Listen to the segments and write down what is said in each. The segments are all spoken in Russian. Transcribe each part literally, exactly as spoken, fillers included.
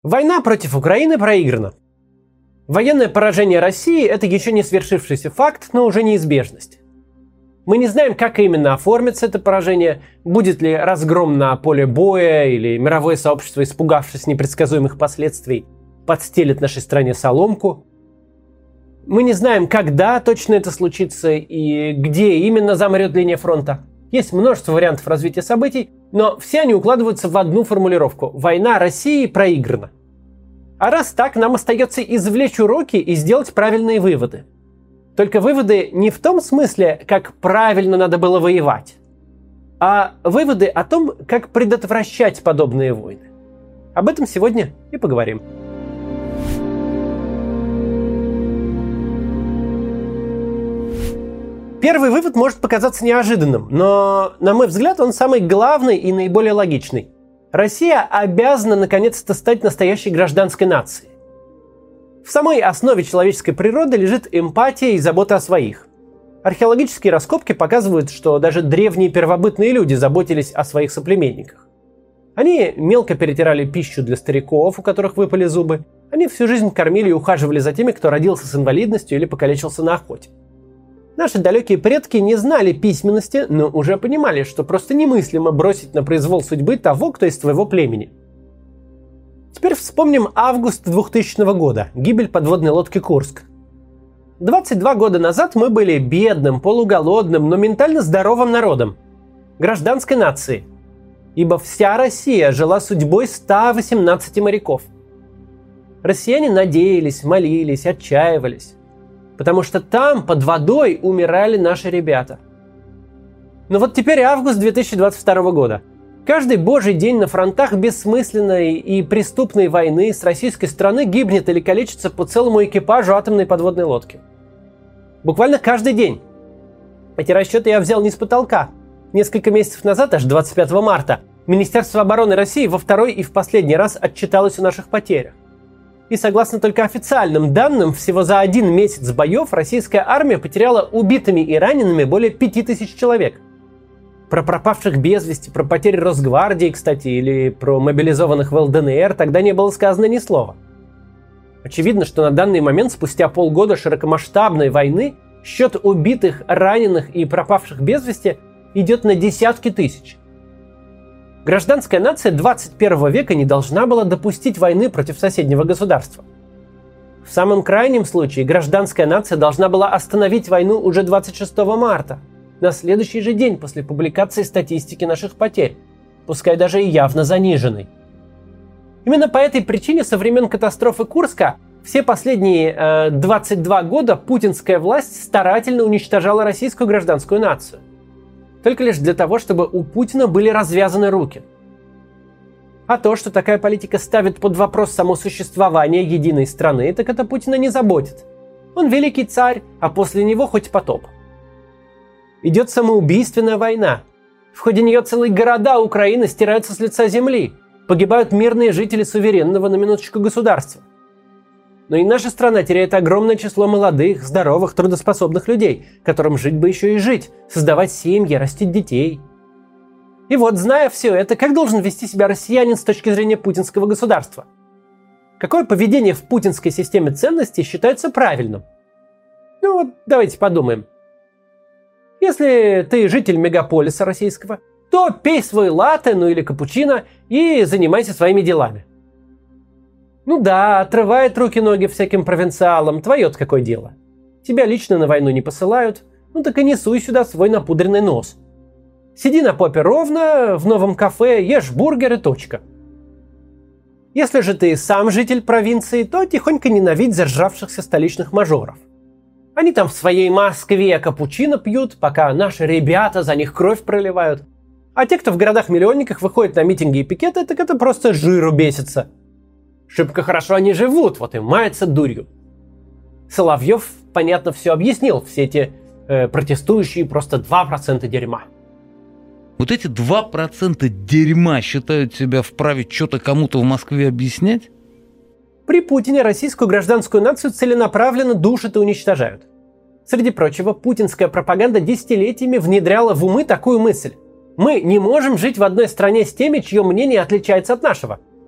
Война против Украины проиграна. Военное поражение России – это еще не свершившийся факт, но уже неизбежность. Мы не знаем, как именно оформится это поражение, будет ли разгром на поле боя, или мировое сообщество, испугавшись непредсказуемых последствий, подстелит нашей стране соломку. Мы не знаем, когда точно это случится и где именно замрет линия фронта. Есть множество вариантов развития событий, но все они укладываются в одну формулировку – война России проиграна. А раз так, нам остается извлечь уроки и сделать правильные выводы. Только выводы не в том смысле, как правильно надо было воевать, а выводы о том, как предотвращать подобные войны. Об этом сегодня и поговорим. Первый вывод может показаться неожиданным, но, на мой взгляд, он самый главный и наиболее логичный. Россия обязана наконец-то стать настоящей гражданской нацией. В самой основе человеческой природы лежит эмпатия и забота о своих. Археологические раскопки показывают, что даже древние первобытные люди заботились о своих соплеменниках. Они мелко перетирали пищу для стариков, у которых выпали зубы. Они всю жизнь кормили и ухаживали за теми, кто родился с инвалидностью или покалечился на охоте. Наши далекие предки не знали письменности, но уже понимали, что просто немыслимо бросить на произвол судьбы того, кто из твоего племени. Теперь вспомним август двухтысячного года, гибель подводной лодки «Курск». двадцать два года назад мы были бедным, полуголодным, но ментально здоровым народом, гражданской нацией, ибо вся Россия жила судьбой ста восемнадцати моряков. Россияне надеялись, молились, отчаивались, потому что там, под водой, умирали наши ребята. Но вот теперь август две тысячи двадцать второго года. Каждый божий день на фронтах бессмысленной и преступной войны с российской стороны гибнет или калечится по целому экипажу атомной подводной лодки. Буквально каждый день. Эти расчеты я взял не с потолка. Несколько месяцев назад, аж двадцать пятого марта, Министерство обороны России во второй и в последний раз отчиталось о наших потерях. И согласно только официальным данным, всего за один месяц боев российская армия потеряла убитыми и ранеными более пяти тысяч человек. Про пропавших без вести, про потери Росгвардии, кстати, или про мобилизованных в эл дэ эн эр тогда не было сказано ни слова. Очевидно, что на данный момент, спустя полгода широкомасштабной войны, счет убитых, раненых и пропавших без вести идет на десятки тысяч. Гражданская нация двадцать первого века не должна была допустить войны против соседнего государства. В самом крайнем случае гражданская нация должна была остановить войну уже двадцать шестого марта, на следующий же день после публикации статистики наших потерь, пускай даже и явно заниженной. Именно по этой причине со времен катастрофы Курска все последние э, двадцать два года путинская власть старательно уничтожала российскую гражданскую нацию. Только лишь для того, чтобы у Путина были развязаны руки. А то, что такая политика ставит под вопрос само существование единой страны, так это Путина не заботит. Он великий царь, а после него хоть потоп. Идет самоубийственная война. В ходе нее целые города Украины стираются с лица земли. Погибают мирные жители суверенного, на минуточку, государства. Но и наша страна теряет огромное число молодых, здоровых, трудоспособных людей, которым жить бы еще и жить, создавать семьи, растить детей. И вот, зная все это, как должен вести себя россиянин с точки зрения путинского государства? Какое поведение в путинской системе ценностей считается правильным? Ну вот, давайте подумаем. Если ты житель мегаполиса российского, то пей свой латте, ну или капучино, и занимайся своими делами. Ну да, отрывает руки-ноги всяким провинциалам, твое-то какое дело? Тебя лично на войну не посылают, ну так и не суй сюда свой напудренный нос. Сиди на попе ровно, в новом кафе, ешь бургеры, точка. Если же ты сам житель провинции, то тихонько ненавидь заржавшихся столичных мажоров. Они там в своей Москве капучино пьют, пока наши ребята за них кровь проливают. А те, кто в городах-миллионниках выходит на митинги и пикеты, так это просто жиру бесится. Шибко хорошо они живут, вот и маются дурью. Соловьев, понятно, все объяснил. Все эти э, протестующие просто два процента дерьма. Вот эти два процента дерьма считают себя вправе что-то кому-то в Москве объяснять? При Путине российскую гражданскую нацию целенаправленно душат и уничтожают. Среди прочего, путинская пропаганда десятилетиями внедряла в умы такую мысль. Мы не можем жить в одной стране с теми, чье мнение отличается от нашего.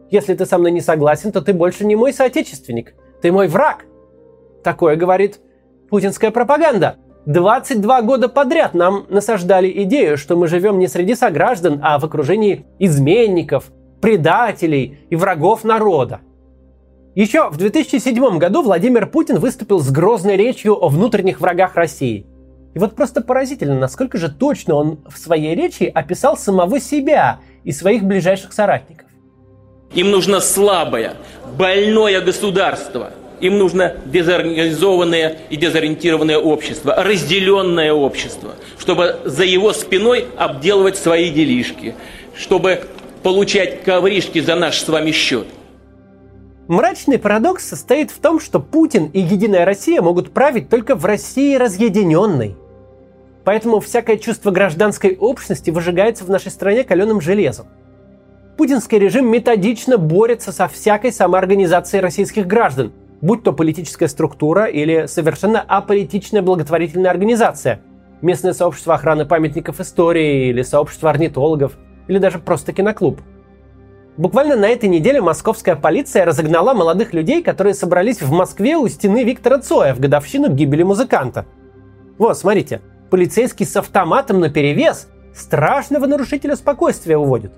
Если ты со мной не согласен, то ты больше не мой соотечественник. Ты мой враг. Такое говорит путинская пропаганда. двадцать два года подряд нам насаждали идею, что мы живем не среди сограждан, а в окружении изменников, предателей и врагов народа. Еще в две тысячи седьмом году Владимир Путин выступил с грозной речью о внутренних врагах России. И вот просто поразительно, насколько же точно он в своей речи описал самого себя и своих ближайших соратников. Им нужно слабое, больное государство. Им нужно дезорганизованное и дезориентированное общество, разделенное общество, чтобы за его спиной обделывать свои делишки, чтобы получать ковришки за наш с вами счет. Мрачный парадокс состоит в том, что Путин и Единая Россия могут править только в России разъединенной. Поэтому всякое чувство гражданской общности выжигается в нашей стране каленым железом. Путинский режим методично борется со всякой самоорганизацией российских граждан, будь то политическая структура или совершенно аполитичная благотворительная организация, местное сообщество охраны памятников истории или сообщество орнитологов, или даже просто киноклуб. Буквально на этой неделе московская полиция разогнала молодых людей, которые собрались в Москве у стены Виктора Цоя в годовщину гибели музыканта. Вот, смотрите, полицейский с автоматом наперевес страшного нарушителя спокойствия уводит.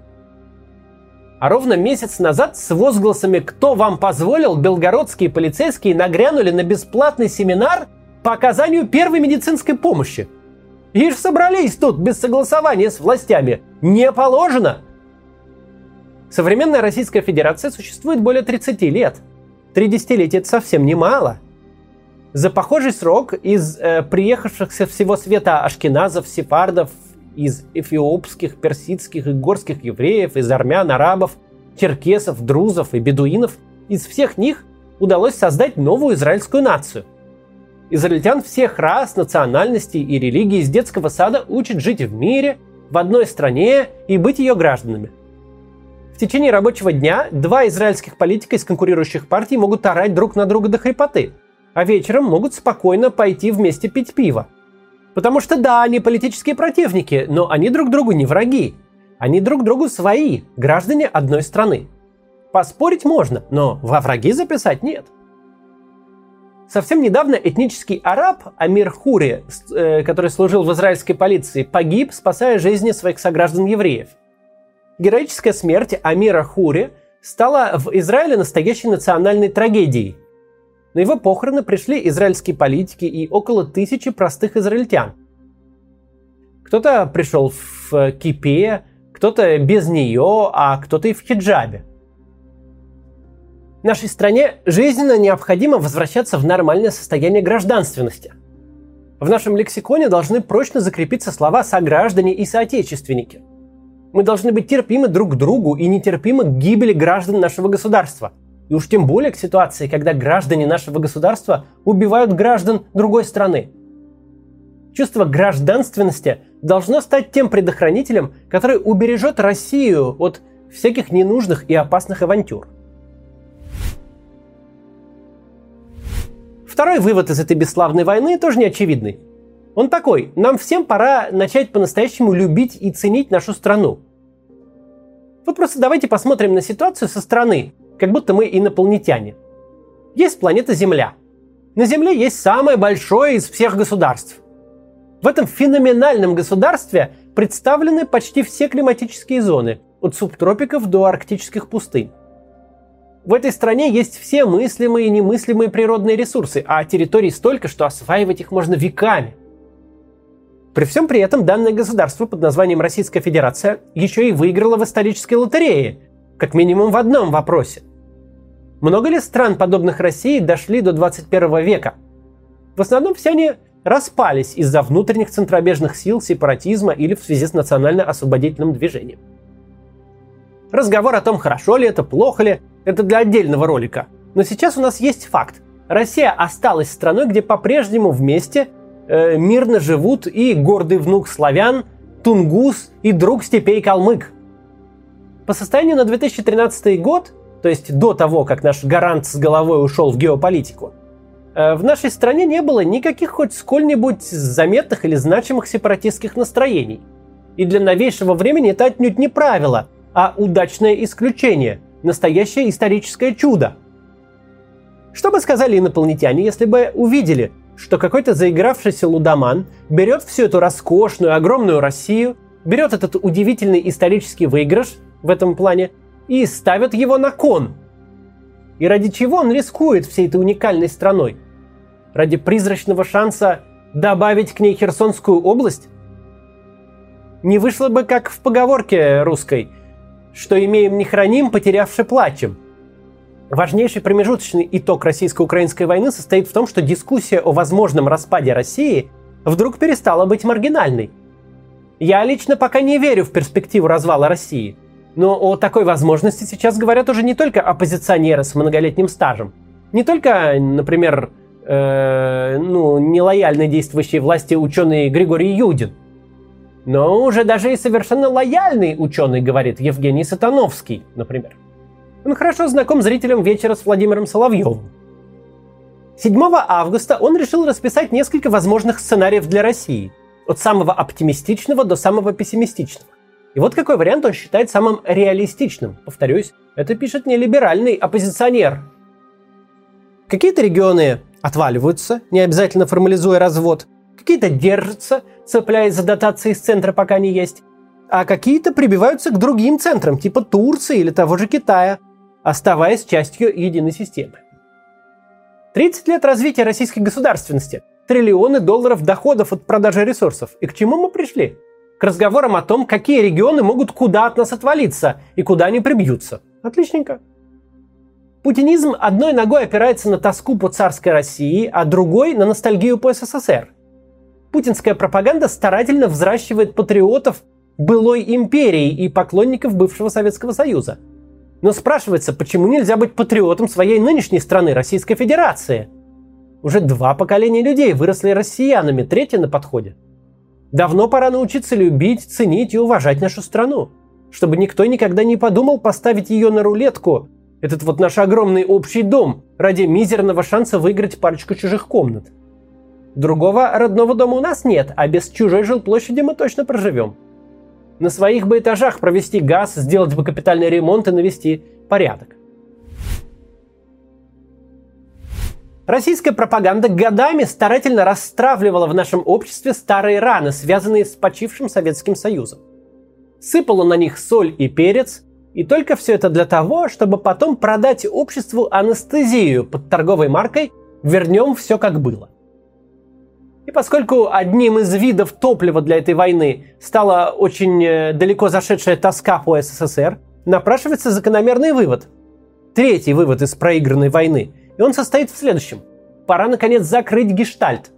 А ровно месяц назад с возгласами «Кто вам позволил?» белгородские полицейские нагрянули на бесплатный семинар по оказанию первой медицинской помощи. И ж собрались тут без согласования с властями. Не положено! Современная Российская Федерация существует более тридцати лет. Три десятилетия – это совсем немало. За похожий срок из э, приехавших со всего света ашкеназов, сефардов, из эфиопских, персидских и горских евреев, из армян, арабов, черкесов, друзов и бедуинов, из всех них удалось создать новую израильскую нацию. Израильтян всех рас, национальностей и религий из детского сада учат жить в мире, в одной стране и быть ее гражданами. В течение рабочего дня два израильских политика из конкурирующих партий могут орать друг на друга до хрипоты, а вечером могут спокойно пойти вместе пить пиво. Потому что да, они политические противники, но они друг другу не враги. Они друг другу свои, граждане одной страны. Поспорить можно, но во враги записать нет. Совсем недавно этнический араб Амир Хури, который служил в израильской полиции, погиб, спасая жизни своих сограждан-евреев. Героическая смерть Амира Хури стала в Израиле настоящей национальной трагедией. На его похороны пришли израильские политики и около тысячи простых израильтян. Кто-то пришел в кипе, кто-то без нее, а кто-то и в хиджабе. Нашей стране жизненно необходимо возвращаться в нормальное состояние гражданственности. В нашем лексиконе должны прочно закрепиться слова «сограждане» и «соотечественники». Мы должны быть терпимы друг к другу и нетерпимы к гибели граждан нашего государства. И уж тем более к ситуации, когда граждане нашего государства убивают граждан другой страны. Чувство гражданственности должно стать тем предохранителем, который убережет Россию от всяких ненужных и опасных авантюр. Второй вывод из этой бесславной войны тоже не очевидный. Он такой: нам всем пора начать по-настоящему любить и ценить нашу страну. Вот просто давайте посмотрим на ситуацию со стороны, как будто мы инопланетяне. Есть планета Земля. На Земле есть самое большое из всех государств. В этом феноменальном государстве представлены почти все климатические зоны, от субтропиков до арктических пустынь. В этой стране есть все мыслимые и немыслимые природные ресурсы, а территорий столько, что осваивать их можно веками. При всем при этом данное государство под названием Российская Федерация еще и выиграло в исторической лотерее, как минимум в одном вопросе. Много ли стран, подобных России, дошли до двадцать первого века? В основном все они распались из-за внутренних центробежных сил, сепаратизма или в связи с национально-освободительным движением. Разговор о том, хорошо ли это, плохо ли, это для отдельного ролика. Но сейчас у нас есть факт. Россия осталась страной, где по-прежнему вместе э, мирно живут и гордый внук славян, тунгус и друг степей калмык. По состоянию на две тысячи тринадцатый год, то есть до того, как наш гарант с головой ушел в геополитику, э, в нашей стране не было никаких хоть сколь-нибудь заметных или значимых сепаратистских настроений. И для новейшего времени это отнюдь не правило, а удачное исключение, Настоящее историческое чудо. Что бы сказали инопланетяне, если бы увидели, что какой-то заигравшийся лудоман берет всю эту роскошную, огромную Россию, берет этот удивительный исторический выигрыш в этом плане и ставит его на кон? И ради чего он рискует всей этой уникальной страной? Ради призрачного шанса добавить к ней Херсонскую область? Не вышло бы, как в поговорке русской, что имеем не храним, потерявши плачем. Важнейший промежуточный итог российско-украинской войны состоит в том, что дискуссия о возможном распаде России вдруг перестала быть маргинальной. Я лично пока не верю в перспективу развала России, но о такой возможности сейчас говорят уже не только оппозиционеры с многолетним стажем, не только, например, э, ну, нелояльно действующие власти ученый Григорий Юдин, но уже даже и совершенно лояльный ученый, говорит Евгений Сатановский, например. Он хорошо знаком зрителям вечера с Владимиром Соловьевым. седьмого августа он решил расписать несколько возможных сценариев для России, от самого оптимистичного до самого пессимистичного. И вот какой вариант он считает самым реалистичным. Повторюсь, это пишет не либеральный оппозиционер. Какие-то регионы отваливаются, не обязательно формализуя развод, какие-то держатся, цепляясь за дотации из центра, пока не есть, а какие-то прибиваются к другим центрам, типа Турции или того же Китая, оставаясь частью единой системы. тридцать лет развития российской государственности, триллионы долларов доходов от продажи ресурсов. И к чему мы пришли? К разговорам о том, какие регионы могут куда от нас отвалиться и куда они прибьются. Отличненько. Путинизм одной ногой опирается на тоску по царской России, а другой на ностальгию по СССР. Путинская пропаганда старательно взращивает патриотов былой империи и поклонников бывшего Советского Союза. Но спрашивается, почему нельзя быть патриотом своей нынешней страны, Российской Федерации? Уже два поколения людей выросли россиянами, третье на подходе. Давно пора научиться любить, ценить и уважать нашу страну, чтобы никто никогда не подумал поставить ее на рулетку, этот вот наш огромный общий дом, ради мизерного шанса выиграть парочку чужих комнат. Другого родного дома у нас нет, а без чужой жилплощади мы точно проживем. На своих бы этажах провести газ, сделать бы капитальный ремонт и навести порядок. Российская пропаганда годами старательно расстравливала в нашем обществе старые раны, связанные с почившим Советским Союзом. Сыпала на них соль и перец, и только все это для того, чтобы потом продать обществу анестезию под торговой маркой «Вернем все как было». И поскольку одним из видов топлива для этой войны стала очень далеко зашедшая тоска по СССР, напрашивается закономерный вывод. Третий вывод из проигранной войны. И он состоит в следующем. Пора, наконец, закрыть гештальт.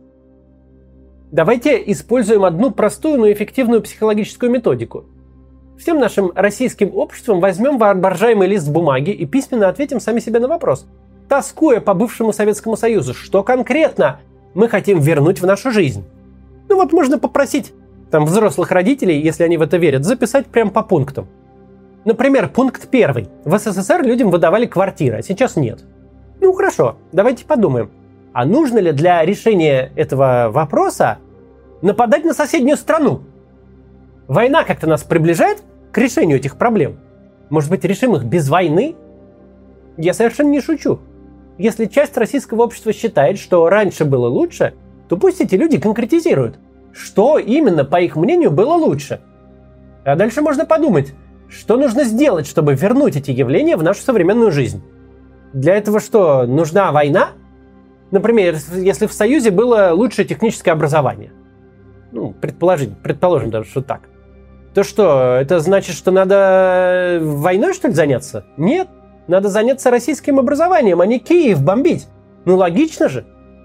Давайте используем одну простую, но эффективную психологическую методику. Всем нашим российским обществом возьмем воображаемый лист бумаги и письменно ответим сами себе на вопрос. Тоскуя по бывшему Советскому Союзу, что конкретно мы хотим вернуть в нашу жизнь? Ну вот можно попросить там взрослых родителей, если они в это верят, записать прям по пунктам. Например, пункт первый. В СССР людям выдавали квартиры, а сейчас нет. Ну хорошо, давайте подумаем. А нужно ли для решения этого вопроса нападать на соседнюю страну? Война как-то нас приближает к решению этих проблем. Может быть, решим их без войны? Я совершенно не шучу. Если часть российского общества считает, что раньше было лучше, то пусть эти люди конкретизируют, что именно, по их мнению, было лучше. А дальше можно подумать, что нужно сделать, чтобы вернуть эти явления в нашу современную жизнь. Для этого что, нужна война? Например, если в Союзе было лучшее техническое образование. Ну, предположим, предположим даже, что так. То что, это значит, что надо войной, что ли, заняться? Нет. Надо заняться российским образованием, а не Киев бомбить. Ну, логично же.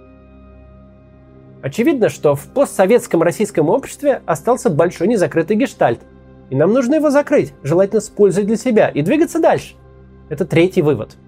Очевидно, что в постсоветском российском обществе остался большой незакрытый гештальт. И нам нужно его закрыть, желательно с пользой для себя, и двигаться дальше. Это третий вывод.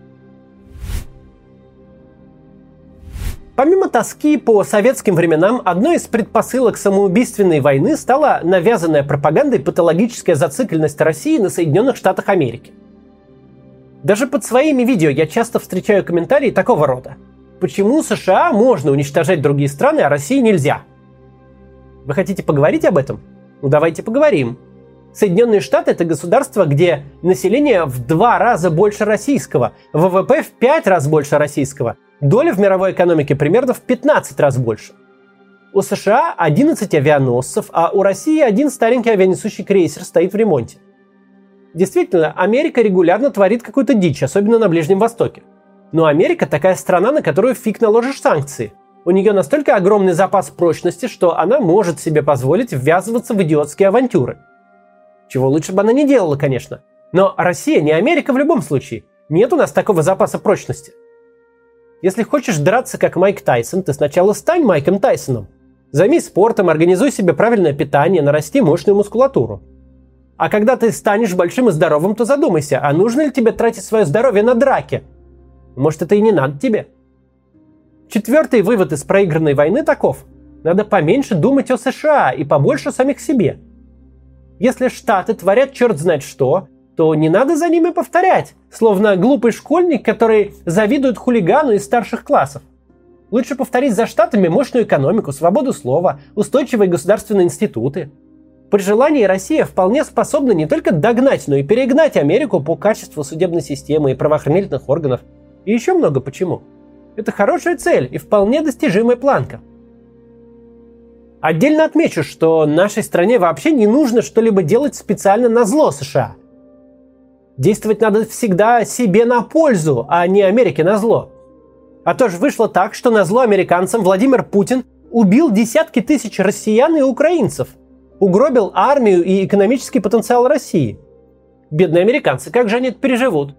Помимо тоски по советским временам, одной из предпосылок самоубийственной войны стала навязанная пропагандой патологическая зацикленность России на Соединенных Штатах Америки. Даже под своими видео я часто встречаю комментарии такого рода. Почему США можно уничтожать другие страны, а России нельзя? Вы хотите поговорить об этом? Ну давайте поговорим. Соединенные Штаты – это государство, где население в два раза больше российского, ВВП в пять раз больше российского, доля в мировой экономике примерно в пятнадцать раз больше. У США одиннадцать авианосцев, а у России один старенький авианесущий крейсер стоит в ремонте. Действительно, Америка регулярно творит какую-то дичь, особенно на Ближнем Востоке. Но Америка такая страна, на которую фиг наложишь санкции. У нее настолько огромный запас прочности, что она может себе позволить ввязываться в идиотские авантюры. Чего лучше бы она не делала, конечно. Но Россия не Америка в любом случае. Нет у нас такого запаса прочности. Если хочешь драться как Майк Тайсон, ты сначала стань Майком Тайсоном. Займись спортом, организуй себе правильное питание, нарасти мощную мускулатуру. А когда ты станешь большим и здоровым, то задумайся, а нужно ли тебе тратить свое здоровье на драки? Может, это и не надо тебе? Четвертый вывод из проигранной войны таков. Надо поменьше думать о США и побольше о самих себе. Если Штаты творят черт знает что, то не надо за ними повторять, словно глупый школьник, который завидует хулигану из старших классов. Лучше повторить за Штатами мощную экономику, свободу слова, устойчивые государственные институты. При желании Россия вполне способна не только догнать, но и перегнать Америку по качеству судебной системы и правоохранительных органов. И еще много почему. Это хорошая цель и вполне достижимая планка. Отдельно отмечу, что нашей стране вообще не нужно что-либо делать специально назло США. Действовать надо всегда себе на пользу, а не Америке назло. А то же вышло так, что назло американцам Владимир Путин убил десятки тысяч россиян и украинцев, угробил армию и экономический потенциал России. Бедные американцы, как же они это переживут?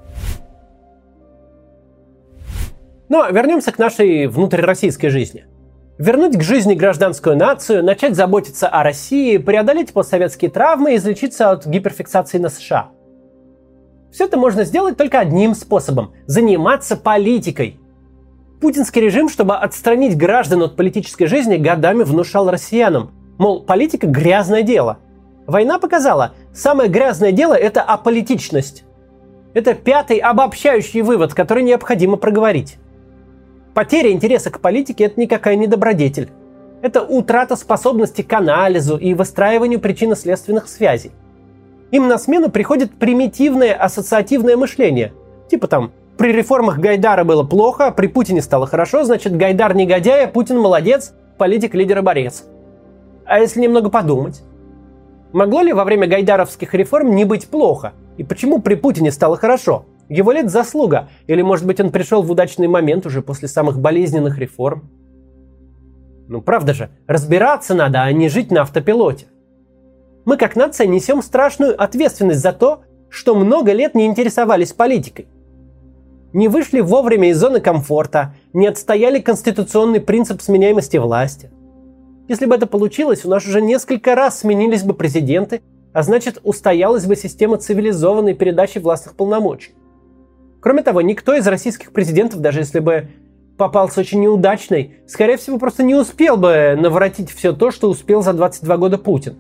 Но вернемся к нашей внутрироссийской жизни. Вернуть к жизни гражданскую нацию, начать заботиться о России, преодолеть постсоветские травмы и излечиться от гиперфиксации на США. Все это можно сделать только одним способом – заниматься политикой. Путинский режим, чтобы отстранить граждан от политической жизни, годами внушал россиянам, мол, политика – грязное дело. Война показала, самое грязное дело – это аполитичность. Это пятый обобщающий вывод, который необходимо проговорить. Потеря интереса к политике – это никакая не добродетель. Это утрата способности к анализу и выстраиванию причинно-следственных связей. Им на смену приходит примитивное ассоциативное мышление. Типа там, при реформах Гайдара было плохо, при Путине стало хорошо, значит Гайдар негодяй, а Путин молодец, политик, лидер и борец. А если немного подумать? Могло ли во время гайдаровских реформ не быть плохо? И почему при Путине стало хорошо? Его лет заслуга? Или, может быть, он пришел в удачный момент уже после самых болезненных реформ? Ну, правда же, разбираться надо, а не жить на автопилоте. Мы, как нация, несем страшную ответственность за то, что много лет не интересовались политикой. Не вышли вовремя из зоны комфорта, не отстояли конституционный принцип сменяемости власти. Если бы это получилось, у нас уже несколько раз сменились бы президенты, а значит, устоялась бы система цивилизованной передачи властных полномочий. Кроме того, никто из российских президентов, даже если бы попался очень неудачный, скорее всего, просто не успел бы наворотить все то, что успел за двадцать два года Путин.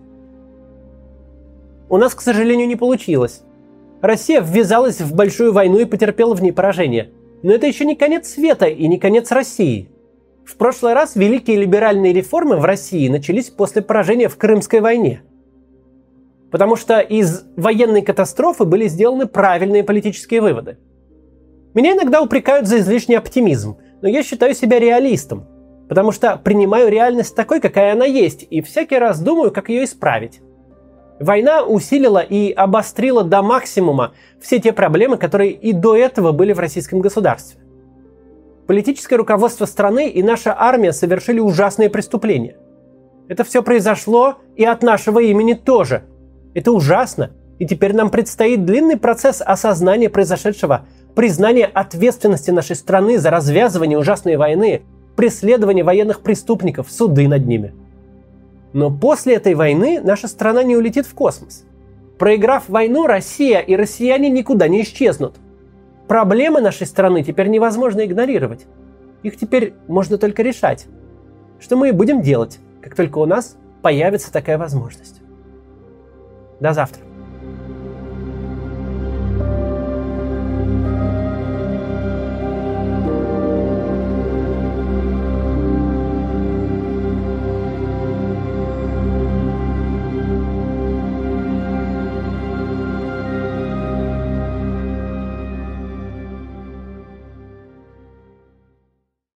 У нас, к сожалению, не получилось. Россия ввязалась в большую войну и потерпела в ней поражение. Но это еще не конец света и не конец России. В прошлый раз великие либеральные реформы в России начались после поражения в Крымской войне. Потому что из военной катастрофы были сделаны правильные политические выводы. Меня иногда упрекают за излишний оптимизм, но я считаю себя реалистом, потому что принимаю реальность такой, какая она есть, и всякий раз думаю, как ее исправить. Война усилила и обострила до максимума все те проблемы, которые и до этого были в российском государстве. Политическое руководство страны и наша армия совершили ужасные преступления. Это все произошло и от нашего имени тоже. Это ужасно, и теперь нам предстоит длинный процесс осознания произошедшего, признания ответственности нашей страны за развязывание ужасной войны, преследование военных преступников, суды над ними. Но после этой войны наша страна не улетит в космос. Проиграв войну, Россия и россияне никуда не исчезнут. Проблемы нашей страны теперь невозможно игнорировать. Их теперь можно только решать. Что мы и будем делать, как только у нас появится такая возможность. До завтра.